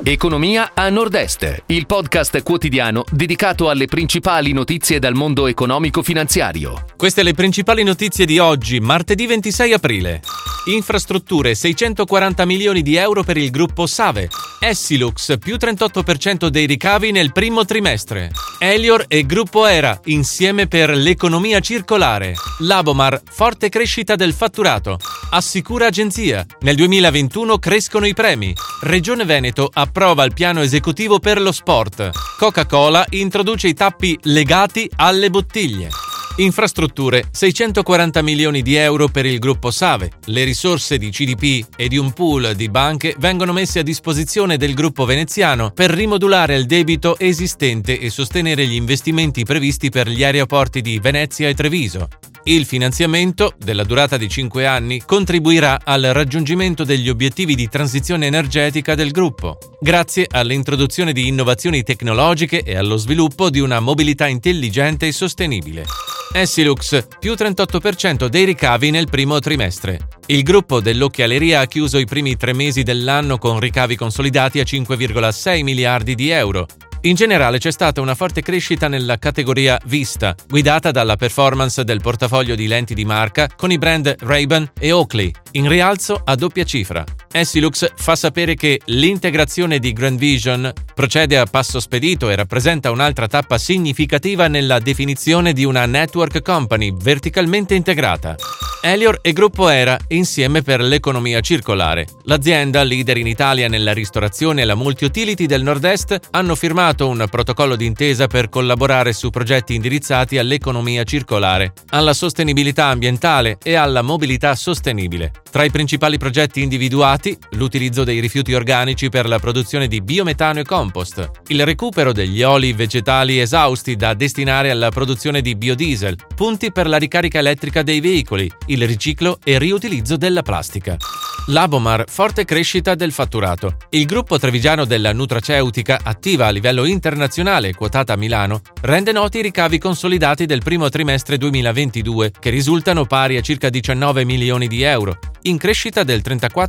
Economia a Nord-Est, il podcast quotidiano dedicato alle principali notizie dal mondo economico-finanziario. Queste le principali notizie di oggi, martedì 26 aprile. Infrastrutture, 640 milioni di euro per il gruppo Save. Essilux, più 38% dei ricavi nel primo trimestre. Elior e Gruppo Era, insieme per l'economia circolare. Labomar, forte crescita del fatturato. Assicura Agenzia, nel 2021 crescono i premi. Regione Veneto approva il piano esecutivo per lo sport. Coca-Cola introduce i tappi legati alle bottiglie. Infrastrutture, 640 milioni di euro per il gruppo Save. Le risorse di CDP e di un pool di banche vengono messe a disposizione del gruppo veneziano per rimodulare il debito esistente e sostenere gli investimenti previsti per gli aeroporti di Venezia e Treviso. Il finanziamento, della durata di 5 anni, contribuirà al raggiungimento degli obiettivi di transizione energetica del gruppo, grazie all'introduzione di innovazioni tecnologiche e allo sviluppo di una mobilità intelligente e sostenibile. Essilux, più 38% dei ricavi nel primo trimestre. Il gruppo dell'occhialeria ha chiuso i primi 3 mesi dell'anno con ricavi consolidati a 5,6 miliardi di euro. In generale c'è stata una forte crescita nella categoria Vista, guidata dalla performance del portafoglio di lenti di marca con i brand Ray-Ban e Oakley, in rialzo a doppia cifra. Essilux fa sapere che l'integrazione di Grand Vision procede a passo spedito e rappresenta un'altra tappa significativa nella definizione di una network company verticalmente integrata. Elior e Gruppo Era insieme per l'economia circolare. L'azienda, leader in Italia nella ristorazione e la multi-utility del Nord-Est, hanno firmato un protocollo d'intesa per collaborare su progetti indirizzati all'economia circolare, alla sostenibilità ambientale e alla mobilità sostenibile. Tra i principali progetti individuati, l'utilizzo dei rifiuti organici per la produzione di biometano e compost, il recupero degli oli vegetali esausti da destinare alla produzione di biodiesel, punti per la ricarica elettrica dei veicoli, il riciclo e riutilizzo della plastica. Labomar, forte crescita del fatturato. Il gruppo trevigiano della nutraceutica, attiva a livello internazionale, quotata a Milano, rende noti i ricavi consolidati del primo trimestre 2022, che risultano pari a circa 19 milioni di euro, in crescita del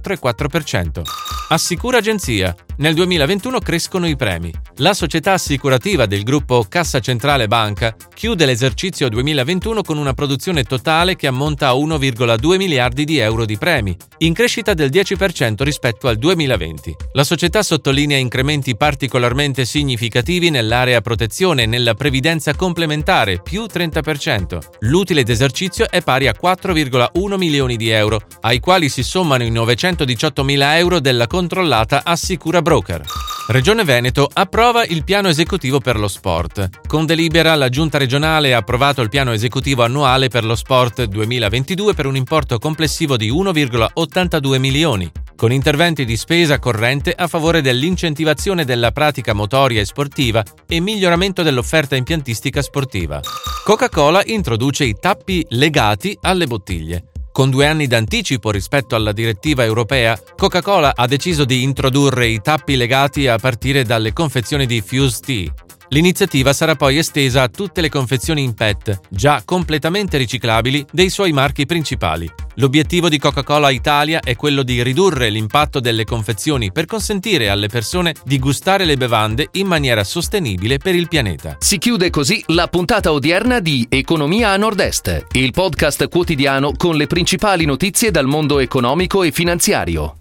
34,4%. Assicura Agenzia. Nel 2021 crescono i premi. La società assicurativa del gruppo Cassa Centrale Banca chiude l'esercizio 2021 con una produzione totale che ammonta a 1,2 miliardi di euro di premi, in crescita del 10% rispetto al 2020. La società sottolinea incrementi particolarmente significativi nell'area protezione e nella previdenza complementare, più 30%. L'utile d'esercizio è pari a 4,1 milioni di euro, ai quali si sommano i 918.000 euro della controllata Assicura Broker. Regione Veneto approva il piano esecutivo per lo sport. Con delibera la Giunta regionale ha approvato il piano esecutivo annuale per lo sport 2022 per un importo complessivo di 1,82 milioni, con interventi di spesa corrente a favore dell'incentivazione della pratica motoria e sportiva e miglioramento dell'offerta impiantistica sportiva. Coca-Cola introduce i tappi legati alle bottiglie. Con 2 anni d'anticipo rispetto alla direttiva europea, Coca-Cola ha deciso di introdurre i tappi legati a partire dalle confezioni di Fuze Tea. L'iniziativa sarà poi estesa a tutte le confezioni in PET, già completamente riciclabili, dei suoi marchi principali. L'obiettivo di Coca-Cola Italia è quello di ridurre l'impatto delle confezioni per consentire alle persone di gustare le bevande in maniera sostenibile per il pianeta. Si chiude così la puntata odierna di Economia a Nord-Est, il podcast quotidiano con le principali notizie dal mondo economico e finanziario.